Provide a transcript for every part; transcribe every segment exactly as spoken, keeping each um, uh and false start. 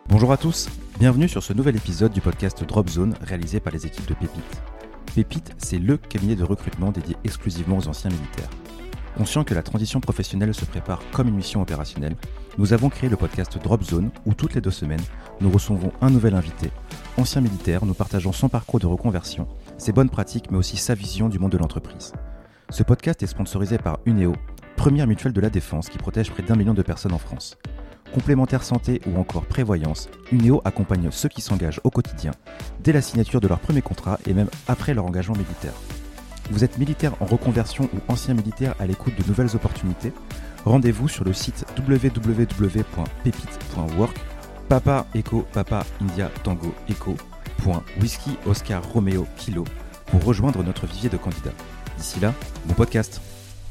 Bonjour à tous, bienvenue sur ce nouvel épisode du podcast Drop Zone réalisé par les équipes de Pépite. Pépite, c'est le cabinet de recrutement dédié exclusivement aux anciens militaires. Conscient que la transition professionnelle se prépare comme une mission opérationnelle, nous avons créé le podcast Drop Zone où toutes les deux semaines, nous recevons un nouvel invité, ancien militaire, nous partageons son parcours de reconversion, ses bonnes pratiques mais aussi sa vision du monde de l'entreprise. Ce podcast est sponsorisé par Uneo, première mutuelle de la défense qui protège près d'un million de personnes en France. Complémentaire santé ou encore prévoyance, Uneo accompagne ceux qui s'engagent au quotidien, dès la signature de leur premier contrat et même après leur engagement militaire. Vous êtes militaire en reconversion ou ancien militaire à l'écoute de nouvelles opportunités? Rendez-vous sur le site w w w point pépite point work, Papa Echo Papa India Tango Echo, point Whisky Oscar Romeo Kilo, pour rejoindre notre vivier de candidats. D'ici là, bon podcast.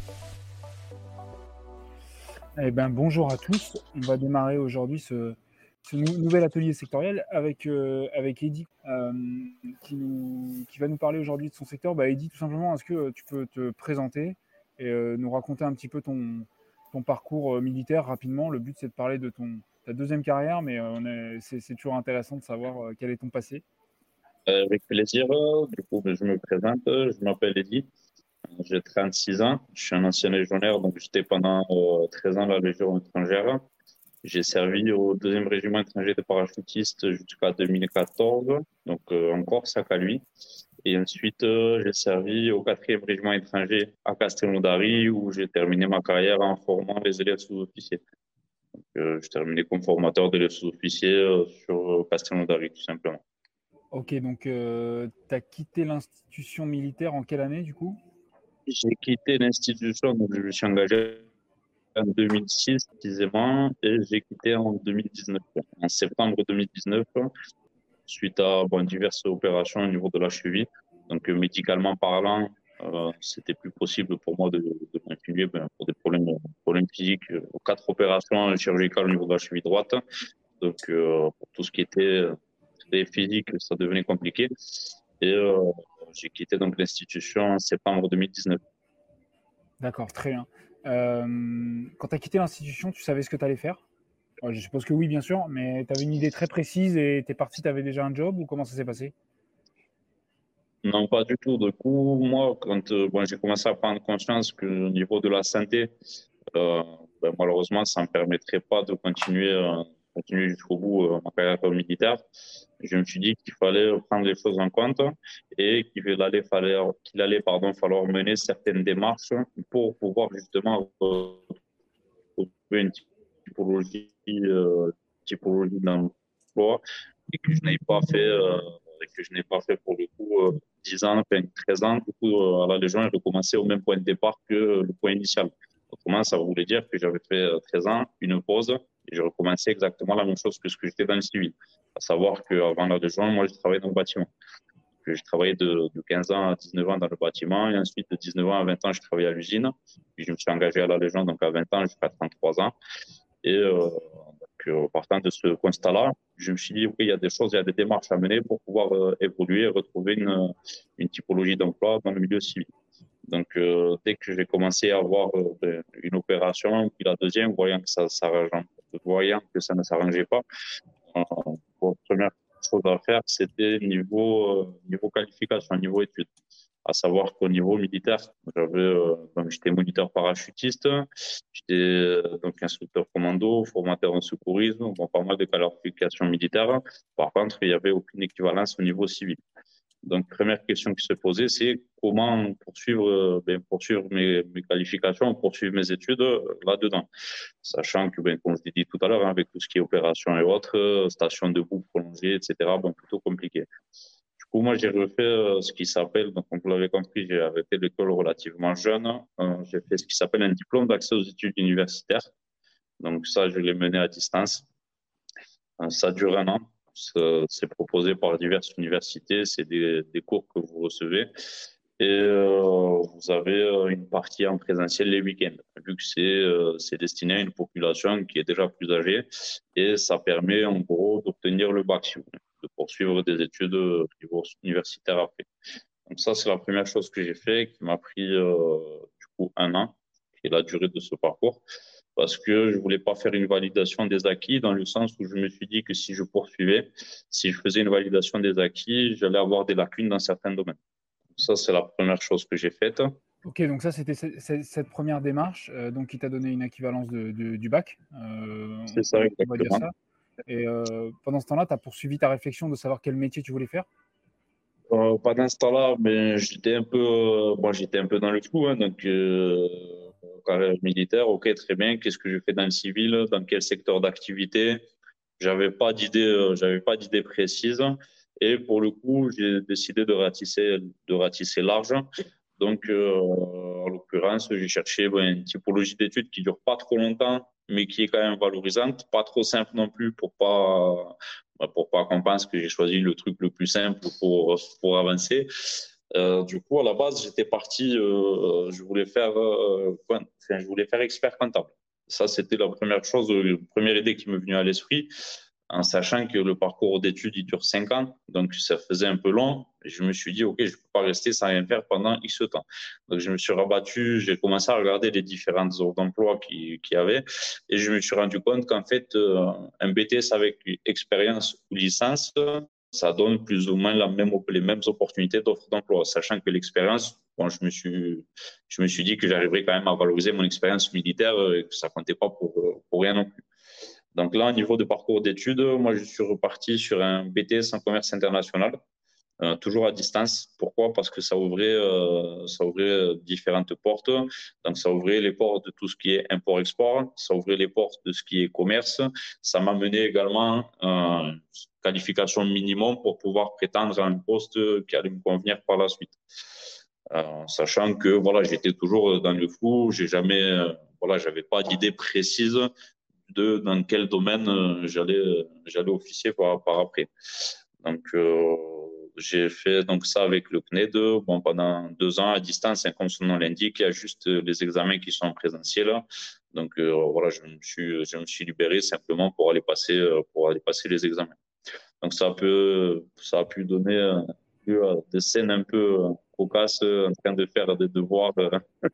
Eh ben, bonjour à tous, on va démarrer aujourd'hui ce, ce nou- nouvel atelier sectoriel avec, euh, avec Eddy euh, qui, nous, qui va nous parler aujourd'hui de son secteur. Bah, Eddy, tout simplement, est-ce que euh, tu peux te présenter et euh, nous raconter un petit peu ton, ton parcours euh, militaire rapidement? Le but, c'est de parler de ton, ta deuxième carrière, mais euh, on est- c'est, c'est toujours intéressant de savoir euh, quel est ton passé. Euh, Avec plaisir. Du coup, je me présente. Je m'appelle Eddy. J'ai trente-six ans. Je suis un ancien légionnaire, donc j'étais pendant euh, treize ans à la Légion étrangère. J'ai servi au deuxième régiment étranger de parachutistes jusqu'à deux mille quatorze, donc euh, en Corse, à Caluire. Et ensuite, euh, j'ai servi au quatrième régiment étranger à Castelnaudary, où j'ai terminé ma carrière en formant les élèves sous-officiers. Donc, euh, j'ai terminé comme formateur d'élèves sous-officiers euh, sur Castelnaudary, tout simplement. Ok, donc euh, tu as quitté l'institution militaire en quelle année du coup? J'ai quitté l'institution, donc je me suis engagé en deux mille six précisément et j'ai quitté en deux mille dix-neuf, en septembre deux mille dix-neuf, suite à bon, diverses opérations au niveau de la cheville. Donc euh, médicalement parlant, euh, c'était plus possible pour moi de, de continuer ben, pour des problèmes, problèmes physiques. Euh, Quatre opérations chirurgicales au niveau de la cheville droite. Donc euh, pour tout ce qui était euh, très physique, ça devenait compliqué. Et euh, j'ai quitté donc l'institution en septembre deux mille dix-neuf. D'accord, très bien. Euh, quand tu as quitté l'institution, tu savais ce que tu allais faire? Ouais, je suppose que oui, bien sûr, mais tu avais une idée très précise et tu es parti, tu avais déjà un job ou comment ça s'est passé? Non, pas du tout. Du coup, moi, quand euh, bon, j'ai commencé à prendre conscience que au niveau de la santé, euh, ben, malheureusement, ça ne me permettrait pas de continuer, euh, continuer jusqu'au bout euh, ma carrière militaire, je me suis dit qu'il fallait prendre les choses en compte et qu'il allait falloir, qu'il allait, pardon, falloir mener certaines démarches pour pouvoir justement euh, retrouver une typologie, euh, typologie d'emploi et que je n'ai pas fait, euh, et que je n'ai pas fait pour le coup euh, dix ans, enfin treize ans, du coup, euh, à la Légion, et recommencer au même point de départ que le point initial. Autrement, ça voulait dire que j'avais fait euh, treize ans, une pause, et je recommençais exactement la même chose que ce que j'étais dans le civil. À savoir qu'avant la Légion, moi, je travaillais dans le bâtiment. Que j'ai travaillé de, de quinze ans à dix-neuf ans dans le bâtiment, et ensuite de dix-neuf ans à vingt ans, je travaillais à l'usine. Puis je me suis engagé à la Légion, donc à vingt ans jusqu'à trente-trois ans. Et euh, donc, euh, partant de ce constat-là, je me suis dit, oui, il y a des choses, il y a des démarches à mener pour pouvoir euh, évoluer et retrouver une, une typologie d'emploi dans le milieu civil. Donc, euh, dès que j'ai commencé à avoir euh, ben, une opération, puis la deuxième, voyant que ça, voyant que ça ne s'arrangeait pas, euh, bon, première chose à faire, c'était niveau, euh, niveau qualification, niveau études. À savoir qu'au niveau militaire, j'avais, euh, donc j'étais moniteur parachutiste, j'étais euh, donc instructeur commando, formateur en secourisme, bon, pas mal de qualifications militaires. Par contre, il n'y avait aucune équivalence au niveau civil. Donc, première question qui se posait, c'est comment poursuivre, euh, ben, poursuivre mes, mes qualifications, poursuivre mes études euh, là-dedans. Sachant que, ben, comme je l'ai dit tout à l'heure, hein, avec tout ce qui est opération et autres, euh, station debout prolongée, et cetera, bon, plutôt compliqué. Du coup, moi, j'ai refait euh, ce qui s'appelle, donc comme vous l'avez compris, j'ai arrêté l'école relativement jeune. Euh, j'ai fait ce qui s'appelle un diplôme d'accès aux études universitaires. Donc ça, je l'ai mené à distance. Euh, ça dure un an. C'est proposé par diverses universités. C'est des, des cours que vous recevez. Et euh, vous avez euh, une partie en présentiel les week-ends, vu que c'est euh, c'est destiné à une population qui est déjà plus âgée. Et ça permet en gros d'obtenir le bac, de poursuivre des études au niveau universitaire après. Donc ça, c'est la première chose que j'ai fait, qui m'a pris euh, du coup un an. et la durée de ce parcours, parce que je ne voulais pas faire une validation des acquis, dans le sens où je me suis dit que si je poursuivais, si je faisais une validation des acquis, j'allais avoir des lacunes dans certains domaines. Ça, c'est la première chose que j'ai faite. Ok, donc ça, c'était cette, cette première démarche euh, donc qui t'a donné une équivalence de, de, du bac. Euh, c'est ça, exactement. On va dire ça. Et euh, pendant ce temps-là, tu as poursuivi ta réflexion de savoir quel métier tu voulais faire? Euh, pendant ce temps-là, ben, j'étais un peu, euh, bon, j'étais un peu dans le flou, hein, donc euh, carrière militaire, ok, très bien. Qu'est-ce que je fais dans le civil, dans quel secteur d'activité? J'avais pas d'idée, euh, j'avais pas d'idée précise. Et pour le coup, j'ai décidé de ratisser, de ratisser large. Donc, euh, en l'occurrence, j'ai cherché ben, une typologie d'études qui dure pas trop longtemps, mais qui est quand même valorisante, pas trop simple non plus pour pas, pour pas qu'on pense que j'ai choisi le truc le plus simple pour pour avancer. Euh, du coup, à la base, j'étais parti, euh, je voulais faire, euh, enfin, je voulais faire expert comptable. Ça, c'était la première chose, la première idée qui m'est venue à l'esprit, en sachant que le parcours d'études, il dure cinq ans, donc ça faisait un peu long. Et je me suis dit, OK, je ne peux pas rester sans rien faire pendant X temps. Donc, je me suis rabattu, j'ai commencé à regarder les différentes offres d'emploi qu'il qui y avait, et je me suis rendu compte qu'en fait, euh, un B T S avec expérience ou licence, ça donne plus ou moins la même, les mêmes opportunités d'offres d'emploi, sachant que l'expérience, bon, je me suis, je me suis dit que j'arriverais quand même à valoriser mon expérience militaire et que ça comptait pas pour, pour rien non plus. Donc là, au niveau de parcours d'études, moi, je suis reparti sur un B T S en commerce international, euh, toujours à distance. Pourquoi? Parce que ça ouvrait, euh, ça ouvrait différentes portes. Donc, ça ouvrait les portes de tout ce qui est import-export, ça ouvrait les portes de ce qui est commerce. Ça m'a mené également euh, qualification minimum pour pouvoir prétendre à un poste qui allait me convenir par la suite. Euh, sachant que voilà, j'étais toujours dans le flou, j'ai jamais, euh, voilà, j'avais pas d'idée précise de dans quel domaine euh, j'allais, j'allais officier par, par après. Donc, euh, j'ai fait donc ça avec le C N E D bon, pendant deux ans à distance, hein, comme son nom l'indique, il y a juste les examens qui sont en présentiel. Donc euh, voilà, je me suis, je me suis libéré simplement pour aller passer, pour aller passer les examens. Donc ça peut, ça a pu donner euh, lieu à des scènes un peu euh, cocasses euh, en train de faire des devoirs euh,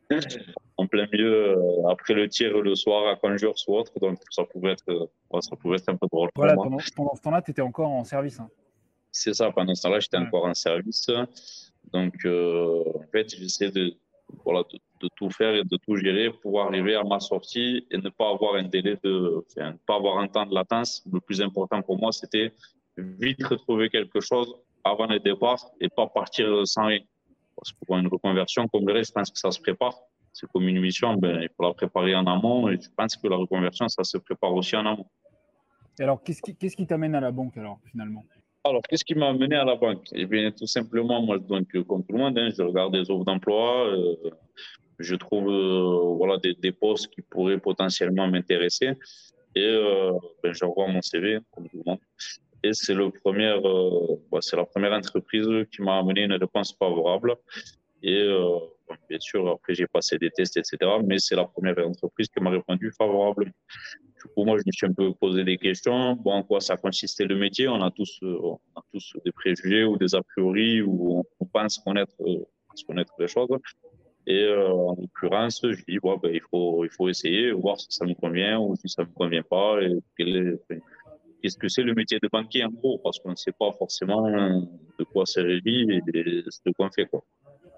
en plein milieu euh, après le tir le soir à Conjures ou autre. Donc ça pouvait être, euh, ça pouvait être un peu drôle pour Voilà, moi. pendant, pendant ce temps-là, tu étais encore en service. Hein. C'est ça, pendant ce temps-là, j'étais Ouais. encore en service. Donc, euh, en fait, j'essaie de, voilà, de, de tout faire et de tout gérer pour arriver à ma sortie et ne pas avoir un délai de, enfin, ne pas avoir un temps de latence. Le plus important pour moi, c'était vite retrouver quelque chose avant le départ et pas partir sans rien. Parce que pour une reconversion comme le reste, je pense que ça se prépare. C'est comme une mission, ben, il faut la préparer en amont et je pense que la reconversion, ça se prépare aussi en amont. Et alors, qu'est-ce qui, qu'est-ce qui t'amène à la banque alors, finalement? Alors, qu'est-ce qui m'a amené à la banque? Eh bien, tout simplement, moi, donc, comme tout le monde, hein, je regarde des offres d'emploi, euh, je trouve euh, voilà, des, des postes qui pourraient potentiellement m'intéresser et euh, ben, j'envoie mon C V, comme tout le monde. Et c'est le premier, euh, bah, c'est la première entreprise qui m'a amené une réponse favorable. Et euh, bon, bien sûr, après, j'ai passé des tests, et cetera. Mais c'est la première entreprise qui m'a répondu favorablement. Du coup, moi, je me suis un peu posé des questions. Bon, en quoi ça consistait le métier? On a tous, euh, on a tous des préjugés ou des a priori où on pense connaître, euh, connaître les choses. Et euh, en l'occurrence, je dis, bon, ben, il faut, il faut essayer, voir si ça me convient ou si ça me convient pas. Et quel est, qu'est-ce que c'est le métier de banquier en gros? Parce qu'on ne sait pas forcément de quoi c'est régi et de quoi on fait, quoi.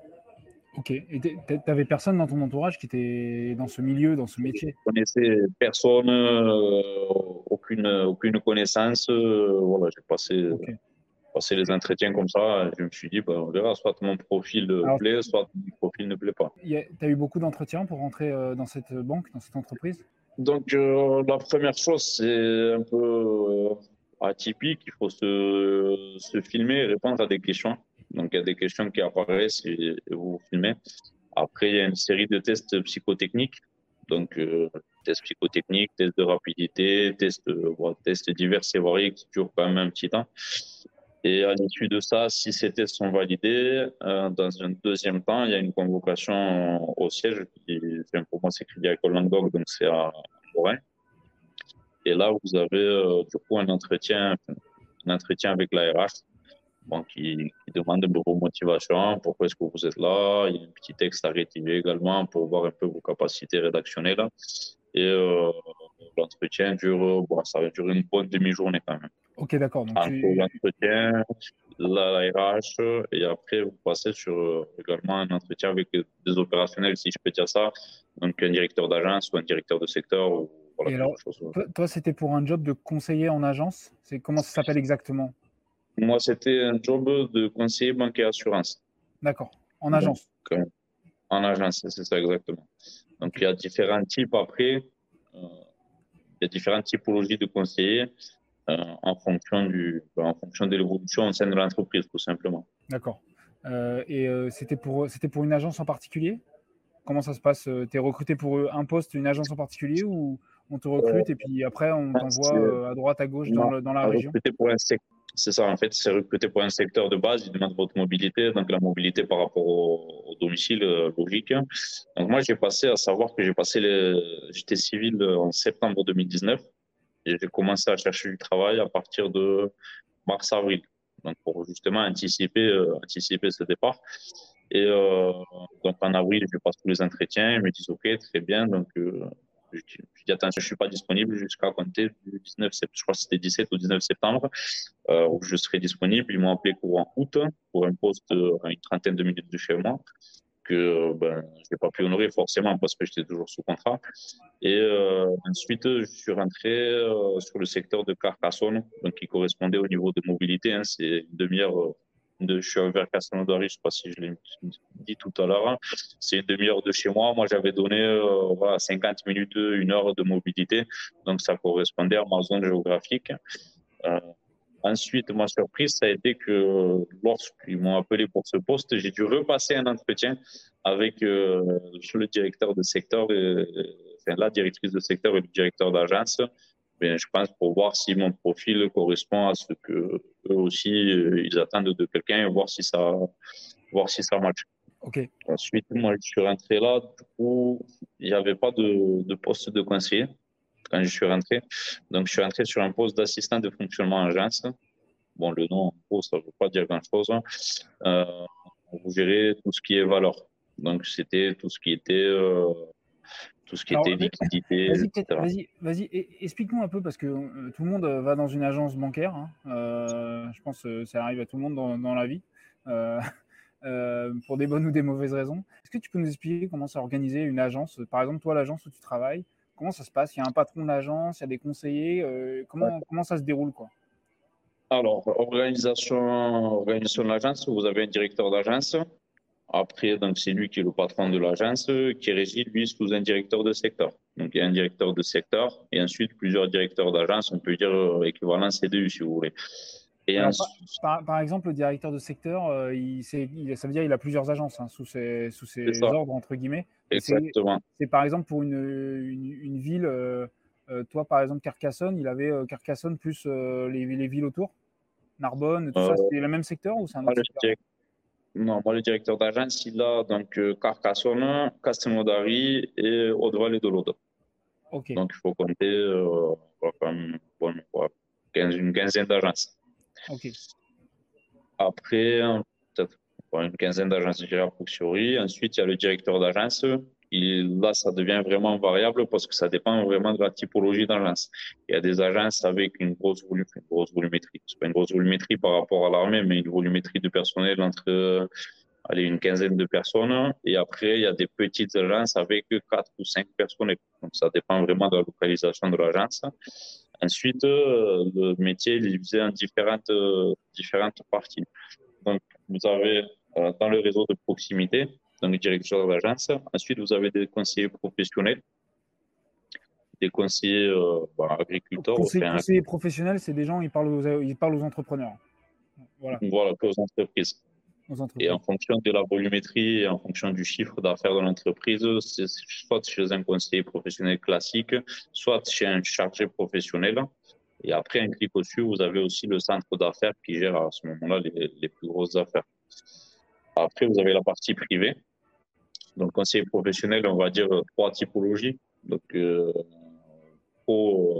Ok. Et t'avais personne dans ton entourage qui était dans ce milieu, dans ce métier? Je connaissais personne, euh, aucune, aucune connaissance. Euh, voilà, j'ai passé, okay. passé les entretiens comme ça. Je me suis dit, ben, on verra, soit mon profil Alors, plaît, soit mon profil ne plaît pas. Tu as eu beaucoup d'entretiens pour rentrer dans cette banque, dans cette entreprise? Donc, euh, la première chose, c'est un peu euh, atypique. Il faut se, se filmer et répondre à des questions. Donc, il y a des questions qui apparaissent et, et vous vous filmez. Après, il y a une série de tests psychotechniques. Donc, euh, tests psychotechniques, tests de rapidité, tests, euh, bon, tests divers et variés qui durent quand même un petit temps. Et à l'issue de ça, si ces tests sont validés, euh, dans un deuxième temps, il y a une convocation au siège qui, enfin, pour moi, c'est Crédit Agricole Languedoc, donc c'est à Lorraine. Et là, vous avez euh, du coup un entretien, un entretien avec la R H bon, qui, qui demande vos motivations, pourquoi est-ce que vous êtes là. Il y a un petit texte à rédiger également pour voir un peu vos capacités rédactionnelles. Et euh, l'entretien dure, bon, ça va durer une bonne demi-journée quand même. Ok, d'accord. Donc, Entre tu... l'entretien, la, la R H, et après, vous passez sur euh, également un entretien avec des opérationnels, si je peux dire ça, donc un directeur d'agence ou un directeur de secteur, ou voilà, Et alors, quelque chose. toi, toi, c'était pour un job de conseiller en agence? C'est comment ça s'appelle exactement? Moi, c'était un job de conseiller banque et assurance. D'accord. En Donc, agence. euh, en agence, c'est ça exactement. Donc, Ok. il y a différents types après, euh, il y a différentes typologies de conseillers euh, en fonction du, en fonction de l'évolution au sein de l'entreprise, tout simplement. D'accord. Euh, et euh, c'était pour, c'était pour une agence en particulier? Comment ça se passe? Tu es recruté pour un poste, une agence en particulier, ou on te Euh, recrute et puis après on c'est t'envoie euh, à droite, à gauche dans, non, le, dans la région? recruter pour un secteur. C'est ça, en fait, c'est recruter pour un secteur de base. Ils demandent votre mobilité, donc la mobilité par rapport au, au domicile, euh, logique. Donc moi, j'ai passé, à savoir que j'ai passé les, j'étais civil en septembre deux mille dix-neuf et j'ai commencé à chercher du travail à partir de mars-avril. Donc pour justement anticiper, euh, anticiper ce départ. Et euh, donc en avril, je passe tous les entretiens. Ils me disent OK, très bien. Donc euh, je dis, je dis attention, je suis pas disponible jusqu'à compter du dix-neuf septembre. Je crois que c'était dix-sept ou dix-neuf septembre euh, où je serai disponible. Ils m'ont appelé courant août pour un poste euh, à une trentaine de minutes de chez moi que ben je n'ai pas pu honorer forcément parce que j'étais toujours sous contrat. Et euh, ensuite, je suis rentré euh, sur le secteur de Carcassonne, donc qui correspondait au niveau de mobilité. Hein, c'est une demi-heure euh, de, je suis vers Castelnaudary, je ne sais pas si je l'ai dit tout à l'heure. Hein. C'est une demi-heure de chez moi. Moi, j'avais donné euh, voilà, cinquante minutes, une heure de mobilité. Donc, ça correspondait à ma zone géographique. Euh, Ensuite, ma surprise, ça a été que lorsqu'ils m'ont appelé pour ce poste, j'ai dû repasser un entretien avec euh, le directeur de secteur, et, enfin, la directrice de secteur et le directeur d'agence. Ben, je pense pour voir si mon profil correspond à ce que eux aussi euh, ils attendent de quelqu'un et voir si ça, voir si ça match. Ok. Ensuite, moi, je suis rentré là. Du coup, il n'y avait pas de, de poste de conseiller quand je suis rentré. Donc, je suis rentré sur un poste d'assistant de fonctionnement agence. Bon, le nom, en gros, ça ne veut pas dire grand-chose. Euh, vous gérez tout ce qui est valeur. Donc, c'était tout ce qui était, euh, tout ce qui Alors, était liquidité, vas-y, peut-être, et cetera. vas-y, vas-y, et- explique-nous un peu parce que euh, tout le monde euh, va dans une agence bancaire. Hein. Euh, je pense que ça arrive à tout le monde dans, dans la vie, euh, euh, pour des bonnes ou des mauvaises raisons. Est-ce que tu peux nous expliquer comment c'est organisé une agence? Par exemple, toi, l'agence où tu travailles, comment ça se passe? Il y a un patron d'agence, il y a des conseillers. Euh, comment, comment ça se déroule, quoi? Alors, organisation, organisation de l'agence, vous avez un directeur d'agence. Après, donc, c'est lui qui est le patron de l'agence, qui régit, lui, sous un directeur de secteur. Donc, il y a un directeur de secteur et ensuite plusieurs directeurs d'agence, on peut dire euh, équivalent C D U, si vous voulez. Et Alors, par, ensuite, par- par exemple, le directeur de secteur, euh, il, c'est- il- ça veut dire qu'il a plusieurs agences hein, sous ses, sous c'est ses ça, ordres, entre guillemets. Et c'est, exactement. c'est par exemple pour une, une, une ville, euh, euh, toi par exemple Carcassonne, il avait euh, Carcassonne plus euh, les, les villes autour, Narbonne, tout Euh, ça, c'était le même secteur ou c'est un moi, autre le secteur? direct- non, moi, le directeur d'agence, il a donc euh, Carcassonne, Castelnaudary et Haute-Vallée de l'Aude. Ok, Donc, il faut compter euh, quoi, comme, bon, quoi, quinze une quinzaine d'agences. ok. Après, euh, peut-être bon, une quinzaine d'agences, je dirais, a posteriori. Ensuite, il y a le directeur d'agence. Il- Là, ça devient vraiment variable parce que ça dépend vraiment de la typologie d'agence. Il y a des agences avec une grosse, volum- une grosse volumétrie. C'est pas une grosse volumétrie par rapport à l'armée, mais une volumétrie de personnel entre euh, allez, une quinzaine de personnes. Et après, il y a des petites agences avec quatre ou cinq personnels. Donc, ça dépend vraiment de la localisation de l'agence. Ensuite, euh, le métier il est divisé en différentes, euh, différentes parties. Donc, vous avez euh, dans le réseau de proximité, donc directeur d'agence. Ensuite, vous avez des conseillers professionnels, des conseillers euh, bah, agriculteurs, Conseil, enfin, conseiller professionnel, c'est des gens, ils parlent aux, ils parlent aux entrepreneurs. Voilà, voilà, aux entreprises. aux Et en entreprises. fonction de la volumétrie et en fonction du chiffre d'affaires de l'entreprise, c'est soit chez un conseiller professionnel classique, soit chez un chargé professionnel. Et après, un clic au-dessus, vous avez aussi le centre d'affaires qui gère à ce moment-là les, les plus grosses affaires. Après, vous avez la partie privée. Donc, conseiller professionnel, on va dire trois typologies. Donc, euh, pro,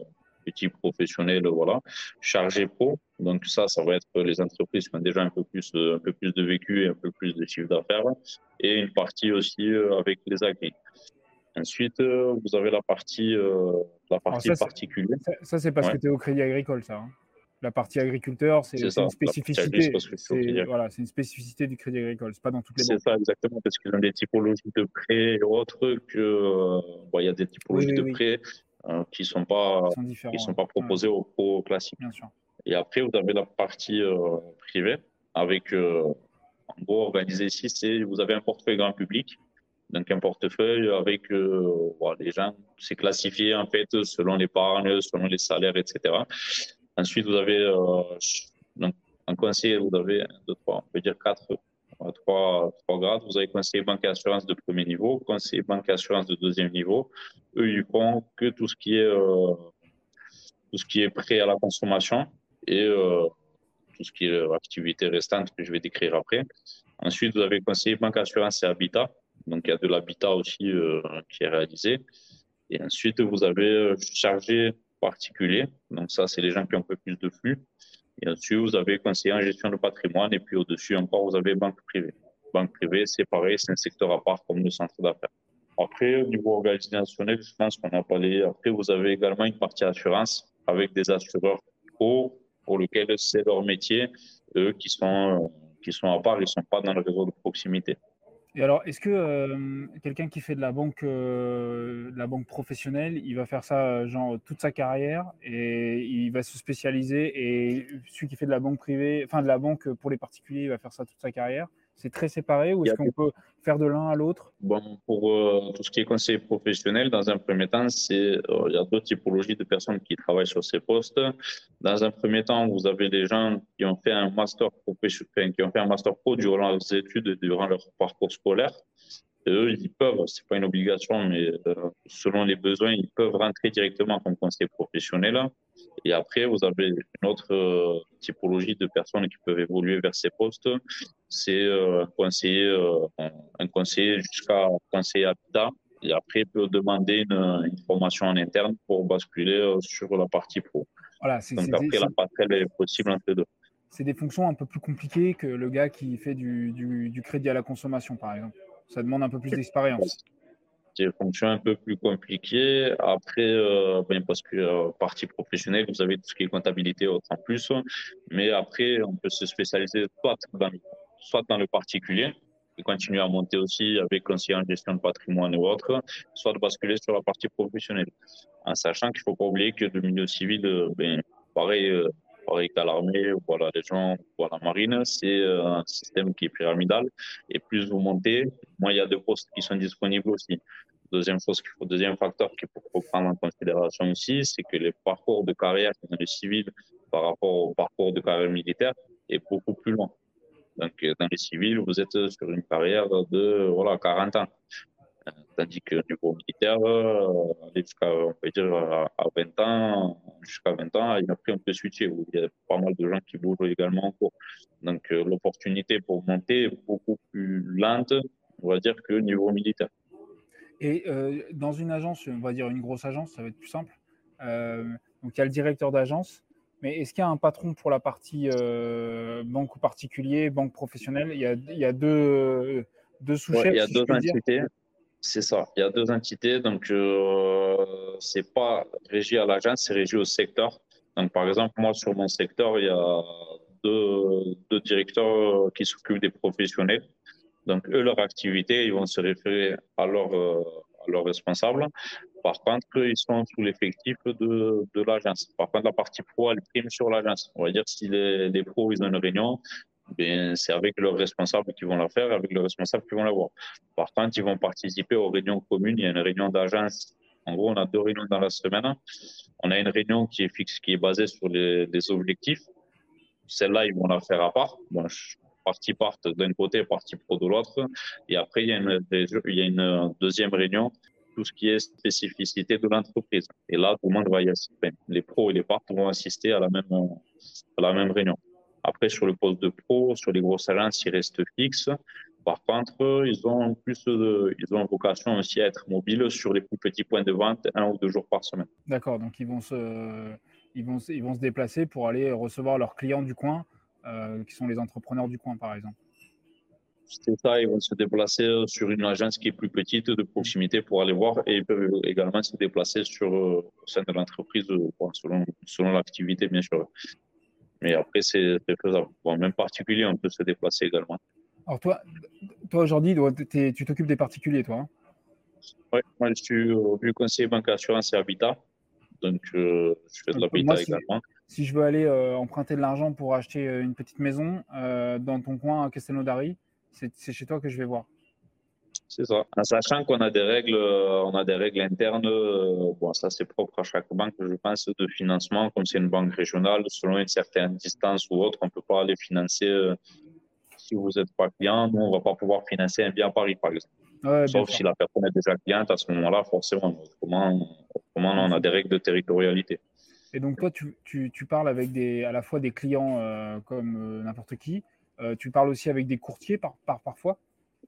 petits professionnels, voilà, chargés pro. Donc ça, ça va être les entreprises qui ont déjà un peu plus, un peu plus de vécu et un peu plus de chiffre d'affaires, et une partie aussi avec les agris. Ensuite, vous avez la partie, euh, la partie Alors ça, particulière. Ça, ça c'est parce ouais. que tu es au Crédit Agricole, ça. Hein. La partie agriculteur, c'est une spécificité. C'est voilà, une spécificité du Crédit Agricole. C'est pas dans toutes les banques. C'est ça, exactement, parce qu'ils ont des typologies de prêts et autres que euh, bon, il y a des typologies oui, oui, de oui. prêts euh, qui sont pas sont différents, qui sont pas proposées ouais. aux pros classiques. Bien sûr. Et après, vous avez la partie euh, privée avec euh, en gros organisé ici, c'est vous avez un portefeuille grand public. Donc un portefeuille avec euh, voilà, les gens, c'est classifié en fait selon l'épargne, selon les salaires, et cetera. Ensuite, vous avez euh, donc en conseiller, vous avez un, deux, trois, on peut dire quatre, trois, trois grades. Vous avez conseiller banque et assurance de premier niveau, conseiller banque et assurance de deuxième niveau. Eux, ils font que tout ce qui est euh, tout ce qui est prêt à la consommation et euh, tout ce qui est activité restante que je vais décrire après. Ensuite, vous avez conseiller banque, assurance et habitat. Donc, il y a de l'habitat aussi euh, qui est réalisé. Et ensuite, vous avez chargé particulier. Donc, ça, c'est les gens qui ont un peu plus de flux. Et ensuite, vous avez conseiller en gestion de patrimoine. Et puis, au-dessus encore, vous avez banque privée. Banque privée, c'est pareil, c'est un secteur à part comme le centre d'affaires. Après, au niveau organisationnel, je pense qu'on a parlé. Après, vous avez également une partie assurance avec des assureurs pro pour lesquels c'est leur métier, eux qui sont, qui sont à part, ils ne sont pas dans le réseau de proximité. Et alors, est-ce que euh, quelqu'un qui fait de la banque, euh, de la banque professionnelle, il va faire ça genre toute sa carrière et il va se spécialiser, et celui qui fait de la banque privée, enfin de la banque pour les particuliers, il va faire ça toute sa carrière? C'est très séparé, ou est-ce qu'on peut faire de l'un à l'autre? Bon, pour euh, tout ce qui est conseiller professionnel, dans un premier temps, c'est euh, il y a deux typologies de personnes qui travaillent sur ces postes. Dans un premier temps, vous avez des gens qui ont fait un master professionnel, qui ont fait un master pro durant leurs études et durant leur parcours scolaire. Et eux, ils peuvent, c'est pas une obligation, mais euh, selon les besoins, ils peuvent rentrer directement comme conseiller professionnel. Et après, vous avez une autre euh, typologie de personnes qui peuvent évoluer vers ces postes. C'est euh, un conseiller, euh, un conseiller jusqu'à conseiller habitat. Et après, il peut demander une, une formation en interne pour basculer euh, sur la partie pro. Voilà, c'est, Donc c'est, après, c'est, la passerelle est possible entre les deux. C'est des fonctions un peu plus compliquées que le gars qui fait du, du, du crédit à la consommation, par exemple. Ça demande un peu plus d'expérience. C'est des fonctions un peu plus compliquées. Après, euh, ben parce que euh, partie professionnelle, vous avez tout ce qui est comptabilité autre en plus. Mais après, on peut se spécialiser soit dans, soit dans le particulier et continuer à monter aussi avec conseiller en gestion de patrimoine ou autre, soit de basculer sur la partie professionnelle. En sachant qu'il ne faut pas oublier que le milieu civil, ben, pareil, euh, pareil qu'à l'armée ou à la région ou à la marine, c'est un système qui est pyramidal. Et plus vous montez, moins il y a de postes qui sont disponibles aussi. Deuxième chose qu'il faut, deuxième facteur qu'il faut prendre en considération aussi, c'est que les parcours de carrière dans le civil par rapport au parcours de carrière militaire est beaucoup plus long. Donc, dans les civils, vous êtes sur une carrière de voilà, quarante ans. Tandis que au niveau militaire, euh, aller jusqu'à, on peut dire, à vingt ans, jusqu'à vingt ans, et après on peut switcher, où il y a pas mal de gens qui bougent également en cours. Donc, euh, l'opportunité pour monter est beaucoup plus lente, on va dire, que au niveau militaire. Et euh, dans une agence, on va dire une grosse agence, ça va être plus simple. Euh, donc, il y a le directeur d'agence, mais est-ce qu'il y a un patron pour la partie euh, banque particulier, banque professionnelle? Il y a, il y a deux, deux sous-chefs, ouais, il y a si deux je puis entités. dire. C'est ça. Il y a deux entités. Donc, euh, c'est pas régi à l'agence, c'est régi au secteur. Donc, par exemple, moi, sur mon secteur, il y a deux, deux directeurs qui s'occupent des professionnels. Donc, eux, leur activité, ils vont se référer à leur, euh, à leur responsable. Par contre, ils sont sous l'effectif de, de l'agence. Par contre, la partie pro, elle prime sur l'agence. On va dire, si les, les pros, ils ont une réunion, ben, c'est avec leurs responsables qui vont la faire, avec leurs responsables qui vont la voir. Par contre, ils vont participer aux réunions communes. Il y a une réunion d'agence. En gros, on a deux réunions dans la semaine. On a une réunion qui est fixe, qui est basée sur les, les objectifs. Celle-là, ils vont la faire à part. Bon, partie part d'un côté, partie pro de l'autre. Et après, il y a une, il y a une deuxième réunion, tout ce qui est spécificité de l'entreprise. Et là, tout le monde va y assister. Les pros et les parts vont assister à la même, à la même réunion. Après, sur le poste de pro, sur les grosses agences, il reste fixe. Par contre, eux, ils ont plus de, ils ont vocation aussi à être mobiles sur les plus petits points de vente, un ou deux jours par semaine. D'accord, donc ils vont se, ils vont, se- ils vont se déplacer pour aller recevoir leurs clients du coin, euh, qui sont les entrepreneurs du coin, par exemple. C'est ça, ils vont se déplacer sur une agence qui est plus petite, de proximité, pour aller voir, et ils peuvent également se déplacer sur, euh, au sein de l'entreprise, euh, bon, selon, selon l'activité, bien sûr. Mais après, c'est c'est faisable. Bon, même particulier, on peut se déplacer également. Alors toi, toi aujourd'hui, toi, t'es- tu t'occupes des particuliers, toi, hein. Ouais, moi, je suis euh, vu conseiller banque, assurance et habitat. Donc, euh, je fais de Donc, moi, l'habitat si, également. si je veux aller euh, emprunter de l'argent pour acheter euh, une petite maison euh, dans ton coin à Castelnaudary, c'est c'est chez toi que je vais voir. C'est ça. En sachant qu'on a des règles, euh, on a des règles internes. euh, Bon, ça, c'est propre à chaque banque, je pense, de financement. Comme c'est une banque régionale, selon une certaine distance ou autre, on peut pas aller financer. euh, Si vous n'êtes pas client, nous, on va pas pouvoir financer un bien à Paris, par exemple. Ouais, bien Sauf sûr. si la personne est déjà cliente, à ce moment-là, forcément. Autrement, autrement, Bien on a sûr. des règles de territorialité. Et donc toi, tu, tu, tu parles avec des, à la fois des clients euh, comme euh, n'importe qui. Euh, tu parles aussi avec des courtiers par, par, parfois.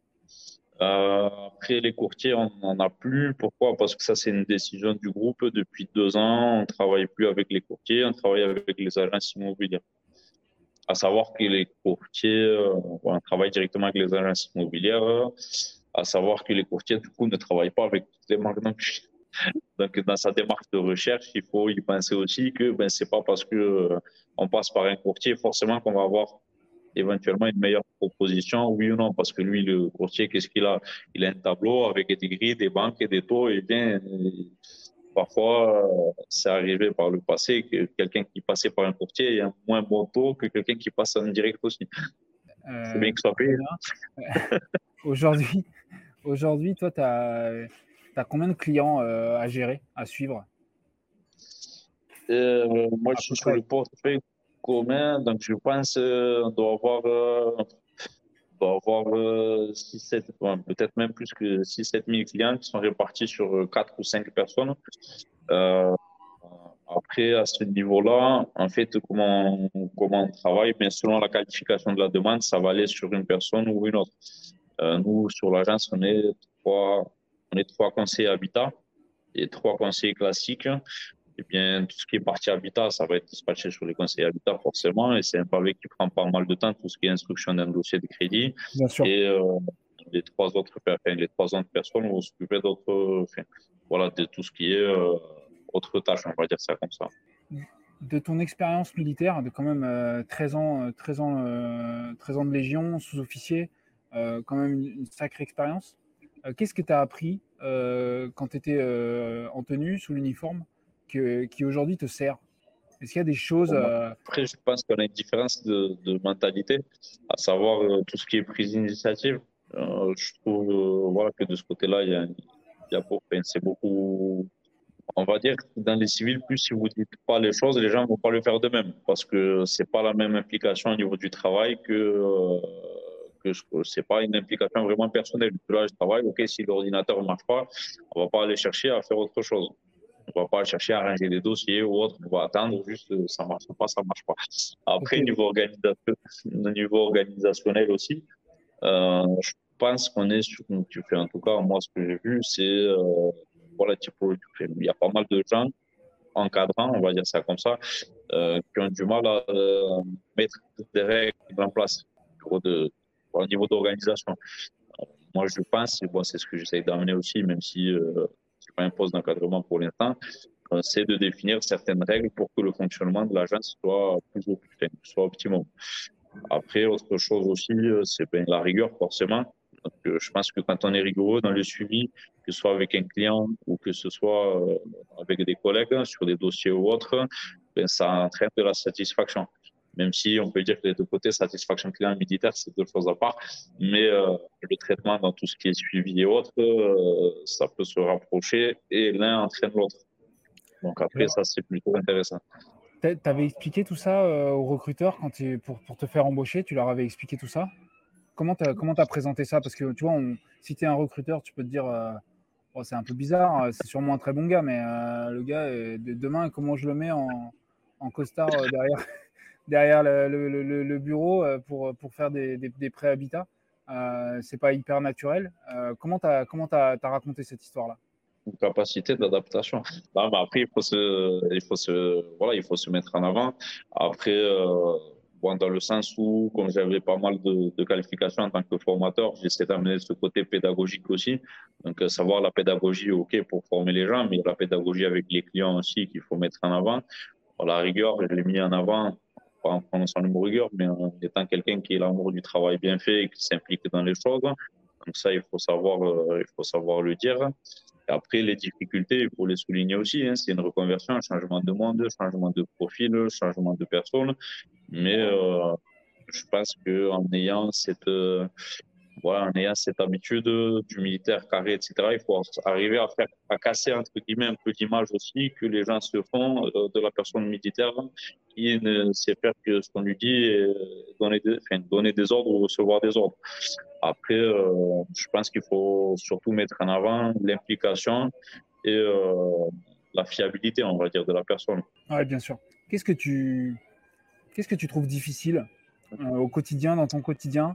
Euh, après, les courtiers, on n'en a plus. Pourquoi? Parce que ça, c'est une décision du groupe. Depuis deux ans, on travaille plus avec les courtiers, on travaille avec les agences immobilières. À savoir que les courtiers, euh, on travaille directement avec les agences immobilières. euh, À savoir que les courtiers, du coup, ne travaillent pas avec toutes les marques non plus. Donc, dans sa démarche de recherche, il faut y penser aussi que ben, c'est pas parce que euh, on passe par un courtier forcément qu'on va avoir éventuellement une meilleure proposition, oui ou non, parce que lui, le courtier, qu'est-ce qu'il a? Il a un tableau avec des grilles, des banques et des taux, et bien, euh, parfois, euh, c'est arrivé par le passé que quelqu'un qui passait par un courtier ait un moins bon taux que quelqu'un qui passe en direct aussi. C'est Euh, bien que ça très paye. bien. Aujourd'hui, aujourd'hui, toi, tu as, combien de clients euh, à gérer, à suivre, Euh, moi, à je suis peu sur le près? portefeuille commun, donc je pense euh, on doit avoir, euh, on doit avoir euh, six, sept, ouais, peut-être même plus que six sept mille clients qui sont répartis sur euh, quatre ou cinq personnes. Euh, Après, à ce niveau-là, en fait, comment, comment on travaille, bien selon la qualification de la demande, ça va aller sur une personne ou une autre. Euh, nous, sur l'agence, on est trois, on est trois conseillers habitat et trois conseillers classiques. Eh bien, tout ce qui est partie habitat, ça va être dispatché sur les conseillers habitat forcément, et c'est un pavé qui prend pas mal de temps, tout ce qui est instruction d'un dossier de crédit. Bien sûr. Et euh, les trois autres, enfin, les trois autres personnes vont s'occuper d'autres, enfin, voilà, de tout ce qui est euh, autres tâches, on va dire ça comme ça. De ton expérience militaire, de quand même euh, treize ans, euh, treize ans, euh, treize ans de Légion, sous-officier, euh, quand même une, une sacrée expérience. Euh, qu'est-ce que tu as appris euh, quand tu étais euh, en tenue, sous l'uniforme, que, qui aujourd'hui te sert? Est-ce qu'il y a des choses Bon, euh, après, je pense qu'on a une différence de, de mentalité, à savoir euh, tout ce qui est prise d'initiative. Euh, je trouve euh, voilà, que de ce côté-là, il y a, il y a beaucoup, enfin, c'est beaucoup. On va dire que dans les civils, plus si vous dites pas les choses, les gens vont pas le faire de même, parce que c'est pas la même implication au niveau du travail que euh, que je- c'est pas une implication vraiment personnelle. Là, je travaille, ok, si l'ordinateur marche pas, on va pas aller chercher à faire autre chose. On va pas chercher à ranger des dossiers ou autre. On va attendre juste, euh, ça marche pas, ça marche pas. Ok, Après, niveau organisation, niveau organisationnel aussi, euh, je pense qu'on est sur, tu fais en tout cas, moi, ce que j'ai vu, c'est, euh, voilà, typologie. Il y a pas mal de gens encadrants, on va dire ça comme ça, euh, qui ont du mal à euh, mettre des règles en place au niveau de, au niveau d'organisation. Moi, je pense, et bon, c'est ce que j'essaie d'amener aussi, même si euh, je pas un poste d'encadrement pour l'instant, euh, c'est de définir certaines règles pour que le fonctionnement de l'agence soit plus enfin, soit optimum. Après, autre chose aussi, euh, c'est ben, la rigueur, forcément. Donc, euh, je pense que quand on est rigoureux dans le suivi, que ce soit avec un client ou que ce soit euh, avec des collègues hein, sur des dossiers ou autres, ben, ça entraîne de la satisfaction. Même si on peut dire que les deux côtés, satisfaction client et militaire, c'est deux choses à part. Mais euh, le traitement dans tout ce qui est suivi et autres, euh, ça peut se rapprocher et l'un entraîne l'autre. Donc après, ça, c'est plutôt intéressant. tu avais expliqué tout ça euh, aux recruteurs quand t'es- pour, pour te faire embaucher, tu leur avais expliqué tout ça? Comment tu as comment t'as présenté ça? Parce que tu vois, on, si tu es un recruteur, tu peux te dire euh, oh, c'est un peu bizarre, euh, c'est sûrement un très bon gars, mais euh, le gars, euh, de, demain, comment je le mets en, en costard euh, derrière, derrière le, le, le, le bureau euh, pour, pour faire des, des, des pré-habitats? Euh, c'est pas hyper naturel. Euh, comment tu as comment t'as, t'as raconté cette histoire-là? Une capacité d'adaptation. Non, mais après, il faut se, il faut se, voilà, il faut se mettre en avant. Après, euh, bon, dans le sens où, comme j'avais pas mal de, de qualifications en tant que formateur, j'essaie d'amener ce côté pédagogique aussi. Donc, euh, savoir la pédagogie, OK, pour former les gens, mais la pédagogie avec les clients aussi qu'il faut mettre en avant. À la rigueur, je l'ai mis en avant, pas en prononçant le mot rigueur, mais en étant quelqu'un qui a l'amour du travail bien fait et qui s'implique dans les choses. Donc ça, il faut savoir, euh, il faut savoir le dire. Et après, les difficultés, il faut les souligner aussi. Hein. C'est une reconversion, un changement de monde, changement de profil, changement de personne. Mais euh, je pense que en ayant cette euh, voilà, en ayant cette habitude du militaire carré, et cetera, il faut arriver à faire, à casser, entre guillemets, un peu d'image aussi que les gens se font euh, de la personne militaire qui ne sait faire que ce qu'on lui dit et donner des, enfin, donner des ordres ou recevoir des ordres. Après, euh, je pense qu'il faut surtout mettre en avant l'implication et euh, la fiabilité, on va dire, de la personne. Oui, bien sûr. Qu'est-ce que tu, qu'est-ce que tu trouves difficile euh, au quotidien, dans ton quotidien?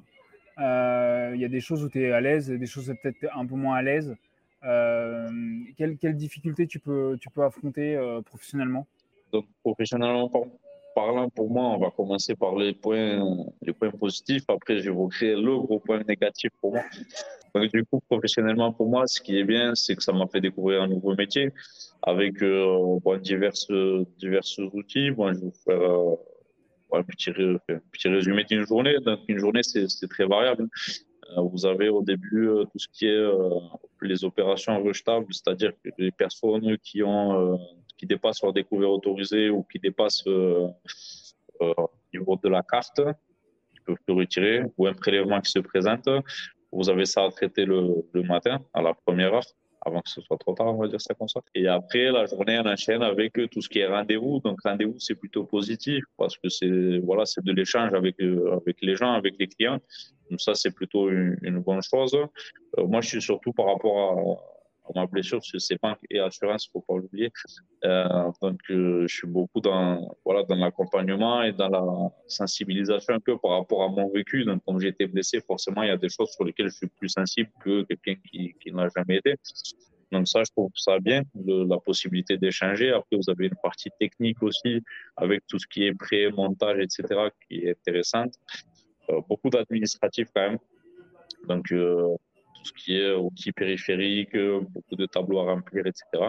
Euh, Il y a des choses où tu es à l'aise, des choses peut-être un peu moins à l'aise. Euh, quelles, quelles difficultés tu peux, tu peux affronter euh, professionnellement? Donc, professionnellement parlant, pour moi, on va commencer par les points, les points positifs. Après, j'évoquerai le gros point négatif pour moi. Donc, du coup, professionnellement, pour moi, ce qui est bien, c'est que ça m'a fait découvrir un nouveau métier avec euh, bon, divers, divers outils. Bon, je vais vous faire euh, un petit, un petit résumé d'une journée. Donc, une journée, c'est très variable. Euh, vous avez au début euh, tout ce qui est euh, les opérations rejetables, c'est-à-dire que les personnes qui ont euh, qui dépassent leur découvert autorisé ou qui dépassent euh, euh, au niveau de la carte, qui peuvent se retirer, ou un prélèvement qui se présente. Vous avez ça à traiter le, le matin, à la première heure, avant que ce soit trop tard, on va dire ça comme ça. Et après, la journée, on enchaîne avec tout ce qui est rendez-vous. Donc, rendez-vous, c'est plutôt positif parce que c'est voilà, c'est de l'échange avec, euh, avec les gens, avec les clients. Donc, ça, c'est plutôt une, une bonne chose. Euh, moi, je suis surtout par rapport à, à ma blessure, c'est banque et assurance, faut pas l'oublier. Euh, donc, euh, je suis beaucoup dans, voilà, dans l'accompagnement et dans la sensibilisation un peu par rapport à mon vécu. Donc, comme j'ai été blessé, forcément, il y a des choses sur lesquelles je suis plus sensible que quelqu'un qui, qui n'a jamais été. Donc, ça, je trouve ça bien, le, la possibilité d'échanger. Après, vous avez une partie technique aussi, avec tout ce qui est pré, montage, et cetera, qui est intéressante. Euh, beaucoup d'administratifs quand même. Donc, euh, tout ce qui est outils périphériques, beaucoup de tableaux à remplir, et cetera.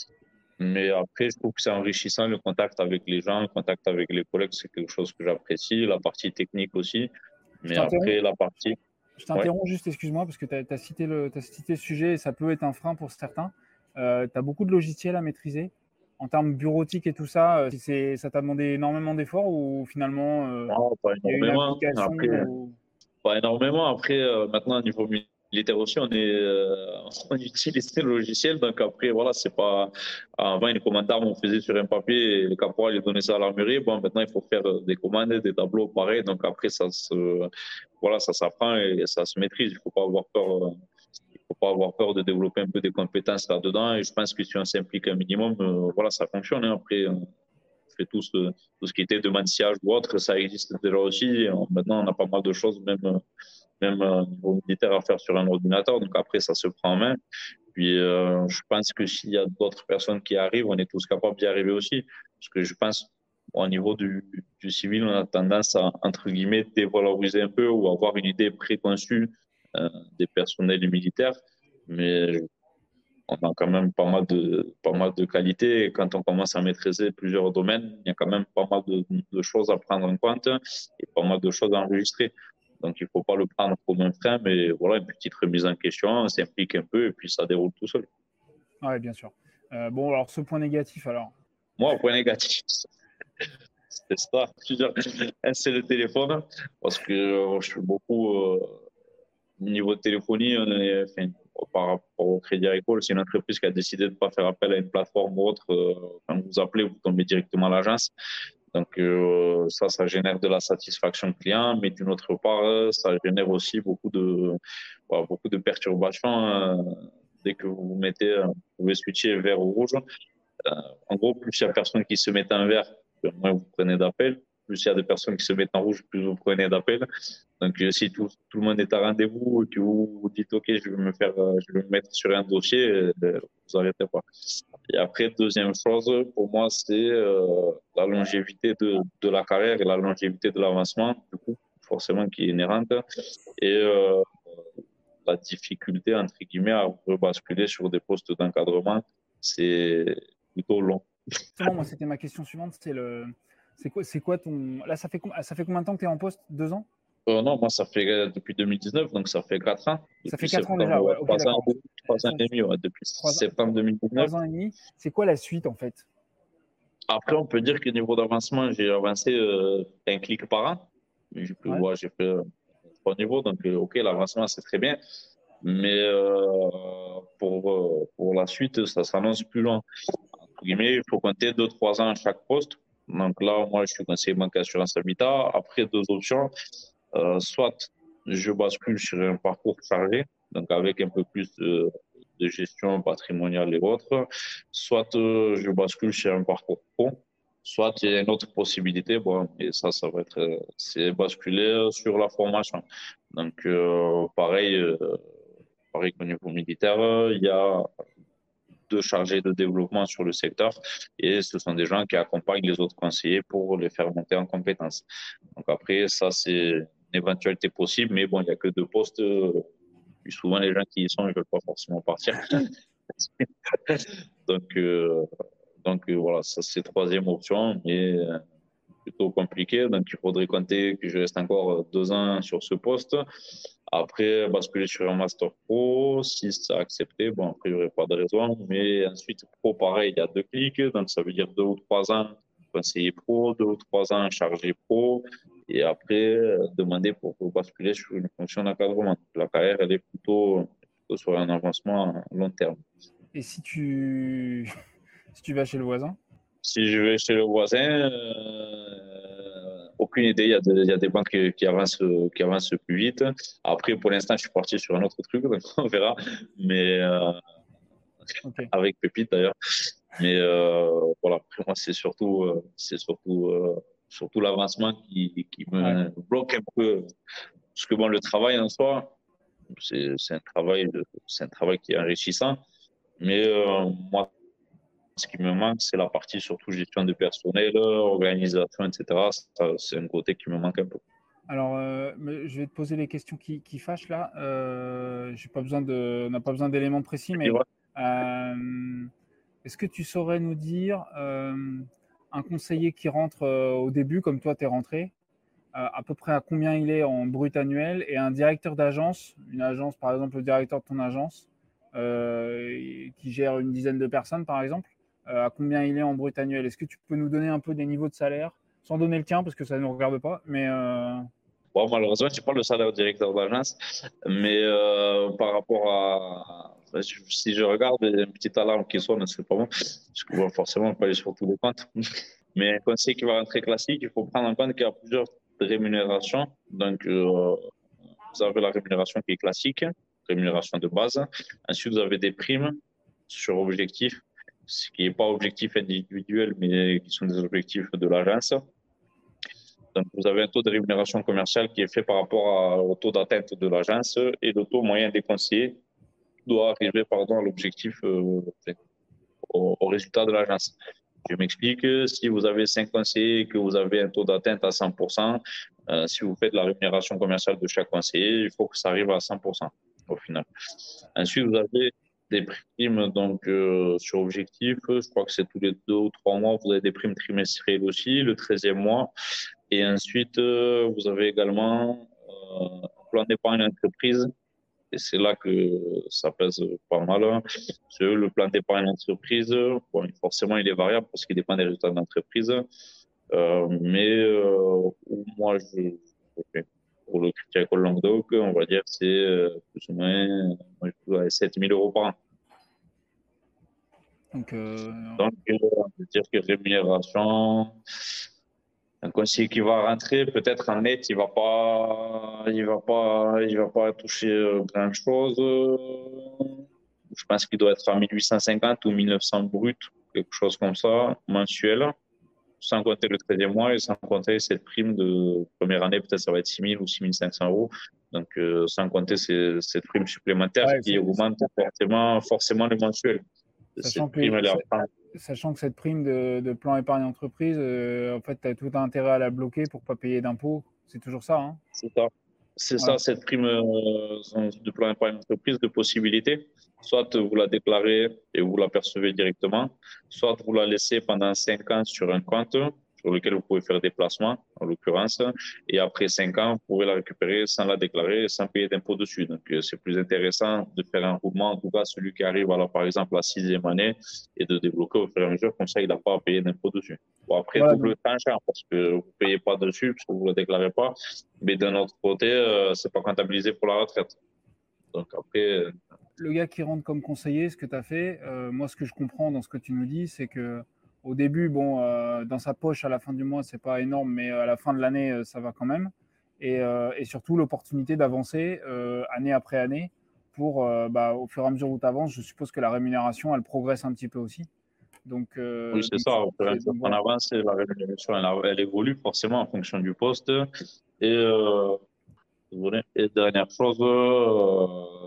Mais après, je trouve que c'est enrichissant le contact avec les gens, le contact avec les collègues, c'est quelque chose que j'apprécie. La partie technique aussi. Je Mais t'interromps, après, la partie. je Ouais. t'interromps juste, excuse-moi, parce que tu as cité, le, t'as cité ce sujet et ça peut être un frein pour certains. Euh, tu as beaucoup de logiciels à maîtriser. En termes bureautiques et tout ça, euh, c'est, ça t'a demandé énormément d'efforts ou finalement euh, Non, pas il y a une énormément. application Après, ou... pas énormément. Après, euh, maintenant, au niveau militaire aussi, on est, euh, on utilise le logiciel. Donc après, voilà, c'est pas, avant, une commande d'armes, on faisait sur un papier et le caporal, il donnait ça à l'armurerie. Bon, maintenant, il faut faire des commandes, des tableaux, pareil. Donc après, ça se, voilà, ça s'apprend et ça se maîtrise. Il faut pas avoir peur, euh, il faut pas avoir peur de développer un peu des compétences là-dedans. Et je pense que si on s'implique un minimum, euh, voilà, ça fonctionne. Hein. Après, on fait tout ce, tout ce qui était demande sillage ou autre, ça existe déjà aussi. Maintenant, on a pas mal de choses, même, même au niveau militaire, à faire sur un ordinateur. Donc après, ça se prend en main. Puis, euh, je pense que s'il y a d'autres personnes qui arrivent, on est tous capables d'y arriver aussi. Parce que je pense, au niveau du, du civil, on a tendance à, entre guillemets, dévaloriser un peu ou avoir une idée préconçue euh, des personnels militaires. Mais on a quand même pas mal de, pas mal de qualités. Et quand on commence à maîtriser plusieurs domaines, il y a quand même pas mal de, de choses à prendre en compte et pas mal de choses à enregistrer. Donc, il ne faut pas le prendre comme un frein, mais voilà, une petite remise en question, on s'implique un peu et puis ça déroule tout seul. Oui, bien sûr. Euh, bon, alors ce point négatif, alors Moi, point négatif, c'est ça. Un, c'est le téléphone, parce que euh, je suis beaucoup euh, au niveau de téléphonie, on est, enfin, par rapport au Crédit Agricole, c'est une entreprise qui a décidé de ne pas faire appel à une plateforme ou autre. Euh, quand vous appelez, vous tombez directement à l'agence. Donc euh, ça, ça génère de la satisfaction client, mais d'une autre part, ça génère aussi beaucoup de, voilà, beaucoup de perturbations. Euh, dès que vous vous mettez, vous pouvez switcher vert ou rouge. Euh, en gros, plus il y a personne qui se met en vert, moins vous prenez d'appels. plus il y a des personnes qui se mettent en rouge, plus vous prenez d'appels. Donc, euh, si tout, tout le monde est à rendez-vous, que vous, vous dites, OK, je vais me faire, euh, je vais me mettre sur un dossier, euh, vous arrêtez pas. Et après, deuxième chose, pour moi, c'est euh, la longévité de, de la carrière et la longévité de l'avancement, du coup, forcément, qui est inhérente. Et euh, la difficulté, entre guillemets, à rebasculer sur des postes d'encadrement, c'est plutôt long. Justement, moi, c'était ma question suivante. C'est le, c'est quoi, c'est quoi ton, là, ça fait, ça fait combien de temps que tu es en poste? Deux ans? Euh, non, moi, ça fait euh, depuis deux mille dix-neuf, donc ça fait quatre ans. Ça Depuis fait quatre ans septembre, déjà, ouais, ouais, ok, trois ans, d'accord. trois ans et demi, ouais, depuis Trois, septembre deux mille dix-neuf. trois ans et demi. C'est quoi la suite, en fait? Après, on peut dire que niveau d'avancement, j'ai avancé euh, un clic par an. J'ai pu Ouais. voir, j'ai fait euh, trois niveaux, donc euh, OK, l'avancement, c'est très bien. Mais euh, pour, euh, pour la suite, ça s'annonce plus long. Entre guillemets, il faut compter deux, trois ans à chaque poste. Donc là, moi, je suis conseiller banque assurance habitat. Après, deux options. Euh, soit je bascule sur un parcours chargé, donc avec un peu plus de, de gestion patrimoniale et autres, soit euh, je bascule sur un parcours pro, soit il y a une autre possibilité, bon, et ça, ça va être, euh, c'est basculer sur la formation. Donc, euh, pareil, euh, pareil qu'au niveau militaire, euh, il y a deux chargés de développement sur le secteur et ce sont des gens qui accompagnent les autres conseillers pour les faire monter en compétences. Donc après, ça, c'est une éventualité possible, mais bon, il n'y a que deux postes. Puis souvent, les gens qui y sont, ils ne veulent pas forcément partir. donc, euh, donc euh, voilà, ça, c'est troisième option, mais euh, plutôt compliqué. Donc, il faudrait compter que je reste encore deux ans sur ce poste. Après, basculer sur un master pro, si c'est accepté, bon, après, il n'y aurait pas de raison. Mais ensuite, pro, pareil, il y a deux clics. Donc, ça veut dire deux ou trois ans conseiller pro, deux ou trois ans chargé pro. Et après, euh, demander pour, pour basculer sur une fonction d'encadrement. La carrière, elle est plutôt, plutôt sur un avancement à long terme. Et si tu, si tu vas chez le voisin? Si je vais chez le voisin, euh, aucune idée. Il y a, de, il y a des banques qui, qui avancent, qui avancent plus vite. Après, pour l'instant, je suis parti sur un autre truc, donc on verra. Mais euh, okay. Avec Pépite d'ailleurs. Mais euh, voilà, après moi, c'est surtout, euh, c'est surtout, euh, surtout l'avancement qui, qui me ouais. bloque un peu. Parce que bon, le travail en soi, c'est, c'est un travail, de, c'est un travail qui est enrichissant. Mais euh, moi, ce qui me manque, c'est la partie surtout gestion de personnel, organisation, et cetera. Ça, c'est un côté qui me manque un peu. Alors, euh, je vais te poser les questions qui, qui fâchent là. Euh, j'ai pas besoin de, on n'a pas besoin d'éléments précis, mais euh, est-ce que tu saurais nous dire euh, un conseiller qui rentre euh, au début, comme toi, tu es rentré, euh, à peu près à combien il est en brut annuel, et un directeur d'agence, une agence, par exemple, le directeur de ton agence, euh, qui gère une dizaine de personnes, par exemple, euh, à combien il est en brut annuel? Est-ce que tu peux nous donner un peu des niveaux de salaire, sans donner le tien, parce que ça ne nous regarde pas, mais... Euh... Bon, malheureusement, je n'ai pas le salaire directeur d'agence, mais euh, par rapport à. Si je regarde, il y a une petite alarme qui sonne, c'est pas bon, parce que bon, forcément, on peut aller sur tous les comptes. Mais un conseiller qui va rentrer classique, il faut prendre en compte qu'il y a plusieurs rémunérations. Donc, euh, vous avez la rémunération qui est classique, rémunération de base. Ensuite, vous avez des primes sur objectif, ce qui n'est pas objectif individuel, mais qui sont des objectifs de l'agence. Donc, vous avez un taux de rémunération commerciale qui est fait par rapport à, au taux d'atteinte de l'agence et le taux moyen des conseillers doit arriver pardon, à l'objectif, euh, au, au résultat de l'agence. Je m'explique, si vous avez cinq conseillers et que vous avez un taux d'atteinte à cent pour cent, euh, si vous faites la rémunération commerciale de chaque conseiller, il faut que ça arrive à cent pour cent au final. Ensuite, vous avez des primes donc, euh, sur objectif. Je crois que c'est tous les deux ou trois mois. Vous avez des primes trimestrielles aussi, le treizième mois. Et ensuite, euh, vous avez également euh, un plan d'épargne entreprise. Et c'est là que ça pèse pas mal. C'est le plan d'épargne entreprise. Bon, forcément, il est variable parce qu'il dépend des résultats de l'entreprise. Euh, mais euh, moi, je, okay. pour le Crédit Agricole Languedoc, on va dire que c'est euh, plus ou moins moi, sept mille euros par an. Donc, euh... Donc euh, on peut dire que rémunération, un conseiller qui va rentrer, peut-être en net, il va pas, il va pas, il va pas toucher grand chose. Je pense qu'il doit être à mille huit cent cinquante ou mille neuf cents brut, quelque chose comme ça, mensuel. sans compter le treizième mois et sans compter cette prime de première année, peut-être ça va être six mille ou six mille cinq cents euros. Donc, euh, sans compter ces, cette prime supplémentaire Ouais, qui c'est- augmente forcément, forcément le mensuel. Sachant Cette que, prime, elle est à prendre. sachant que cette prime de, de plan épargne entreprise, euh, en fait, tu as tout intérêt à la bloquer pour pas payer d'impôts. C'est toujours ça, hein. C'est ça. C'est Voilà. ça, cette prime euh, de plan épargne entreprise de possibilité. Soit vous la déclarez et vous la percevez directement, soit vous la laissez pendant cinq ans sur un compte sur lequel vous pouvez faire des placements, en l'occurrence, et après cinq ans, vous pouvez la récupérer sans la déclarer, sans payer d'impôt dessus. Donc, euh, c'est plus intéressant de faire un roulement, en tout cas celui qui arrive, alors, par exemple, la sixième année, et de débloquer au fur et à mesure, comme ça, il n'a pas à payer d'impôt dessus. Bon, après, Voilà, double donc- tranchant, parce que vous ne payez pas dessus, parce que vous ne la déclarez pas, mais d'un autre côté, euh, c'est pas comptabilisé pour la retraite. Donc, après, euh, Le gars qui rentre comme conseiller, ce que tu as fait, euh, moi, ce que je comprends dans ce que tu nous dis, c'est que au début, bon, euh, dans sa poche, à la fin du mois, c'est pas énorme, mais à la fin de l'année, euh, ça va quand même. Et, euh, et surtout, l'opportunité d'avancer euh, année après année pour, euh, bah, au fur et à mesure où tu avances, je suppose que la rémunération, elle progresse un petit peu aussi. Donc, euh, oui, c'est donc, ça. Au fur et à c'est- mesure donc, qu'on voilà. avance, la rémunération, elle, elle évolue forcément en fonction du poste. Et, euh, désolé. Et dernière chose, euh,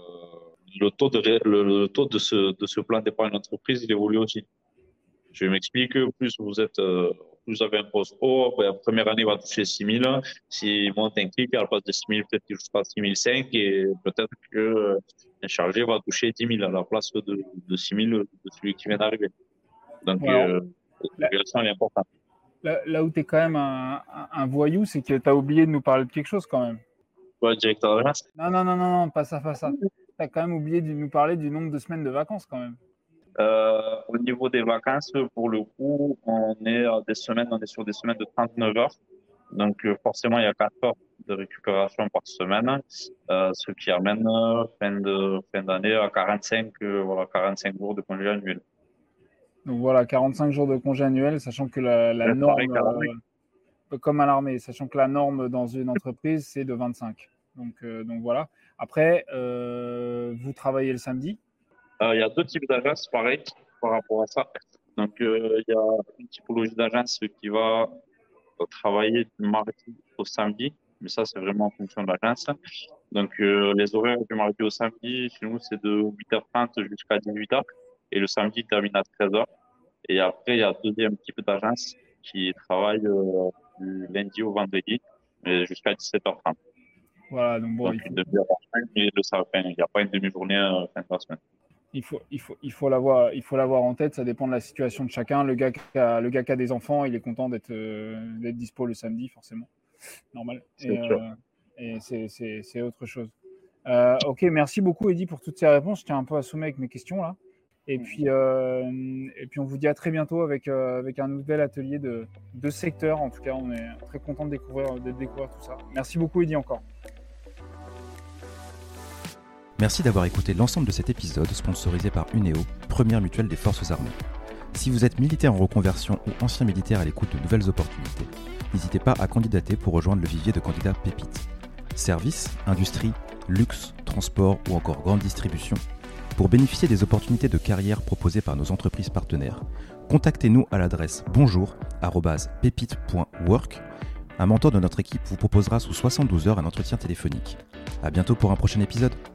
le taux de, ré- le, le taux de ce, de ce plan d'épargne d'entreprise, il évolue aussi. Je m'explique, plus vous êtes, euh, plus vous avez un poste haut, ben, la première année, il va toucher six mille. S'il monte un clic, à la place de six mille, peut-être qu'il touchera six mille cinq et peut-être que euh, un chargé va toucher dix mille à la place de, de six mille de celui qui vient d'arriver. Donc, Bon, alors, euh, la progression, elle est importante. là, là où tu es quand même un, un- un voyou, c'est que tu as oublié de nous parler de quelque chose quand même. Toi, directeur d'agence, Non, non, non, non, non, pas ça, pas ça. Tu as quand même oublié de nous parler du nombre de semaines de vacances quand même. Euh, au niveau des vacances, pour le coup, on est à des semaines, on est sur des semaines de trente-neuf heures. Donc, euh, forcément, il y a quatre heures de récupération par semaine, euh, ce qui amène euh, fin de fin d'année à quarante-cinq, euh, voilà, quarante-cinq jours de congé annuel. Donc voilà, quarante-cinq jours de congé annuel, sachant que la, la Ouais, pareil norme, qu'à l'armée. euh, comme à l'armée, sachant que la norme dans une entreprise, c'est de vingt-cinq. Donc, euh, donc voilà. Après, euh, vous travaillez le samedi. Euh, il y a deux types d'agences, pareil, par rapport à ça. Donc, euh, il y a une typologie d'agence qui va travailler du mardi au samedi, mais ça, c'est vraiment en fonction de l'agence. Donc, euh, les horaires du mardi au samedi, chez nous, c'est de huit heures trente jusqu'à dix-huit heures. Et le samedi, il termine à treize heures. Et après, il y a un deuxième type d'agence qui travaille euh, du lundi au vendredi et jusqu'à dix-sept heures trente. Voilà, donc bon, Donc, il faut, une demi-heure par semaine, mais le ça, enfin, il n'y a pas une demi-journée euh, fin de la semaine. il faut, il faut, il faut l'avoir, il faut l'avoir en tête. Ça dépend de la situation de chacun. Le gars qui a, le gars qui a des enfants, il est content d'être, euh, d'être dispo le samedi, forcément, normal. C'est Et, sûr. euh, et c'est, c'est, c'est autre chose. Euh, ok, merci beaucoup, Eddy, pour toutes ces réponses. Je tiens un peu assommé avec mes questions là. Et puis, euh, et puis, on vous dit à très bientôt avec, euh, avec un nouvel atelier de, de secteur. En tout cas, on est très content de découvrir, de découvrir tout ça. Merci beaucoup, Eddy, encore. Merci d'avoir écouté l'ensemble de cet épisode sponsorisé par Uneo, première mutuelle des forces armées. Si vous êtes militaire en reconversion ou ancien militaire à l'écoute de nouvelles opportunités, n'hésitez pas à candidater pour rejoindre le vivier de candidats Pépites. Services, industrie, luxe, transport ou encore grande distribution. Pour bénéficier des opportunités de carrière proposées par nos entreprises partenaires, contactez-nous à l'adresse bonjour arobase pépite point work. Un mentor de notre équipe vous proposera sous soixante-douze heures un entretien téléphonique. À bientôt pour un prochain épisode.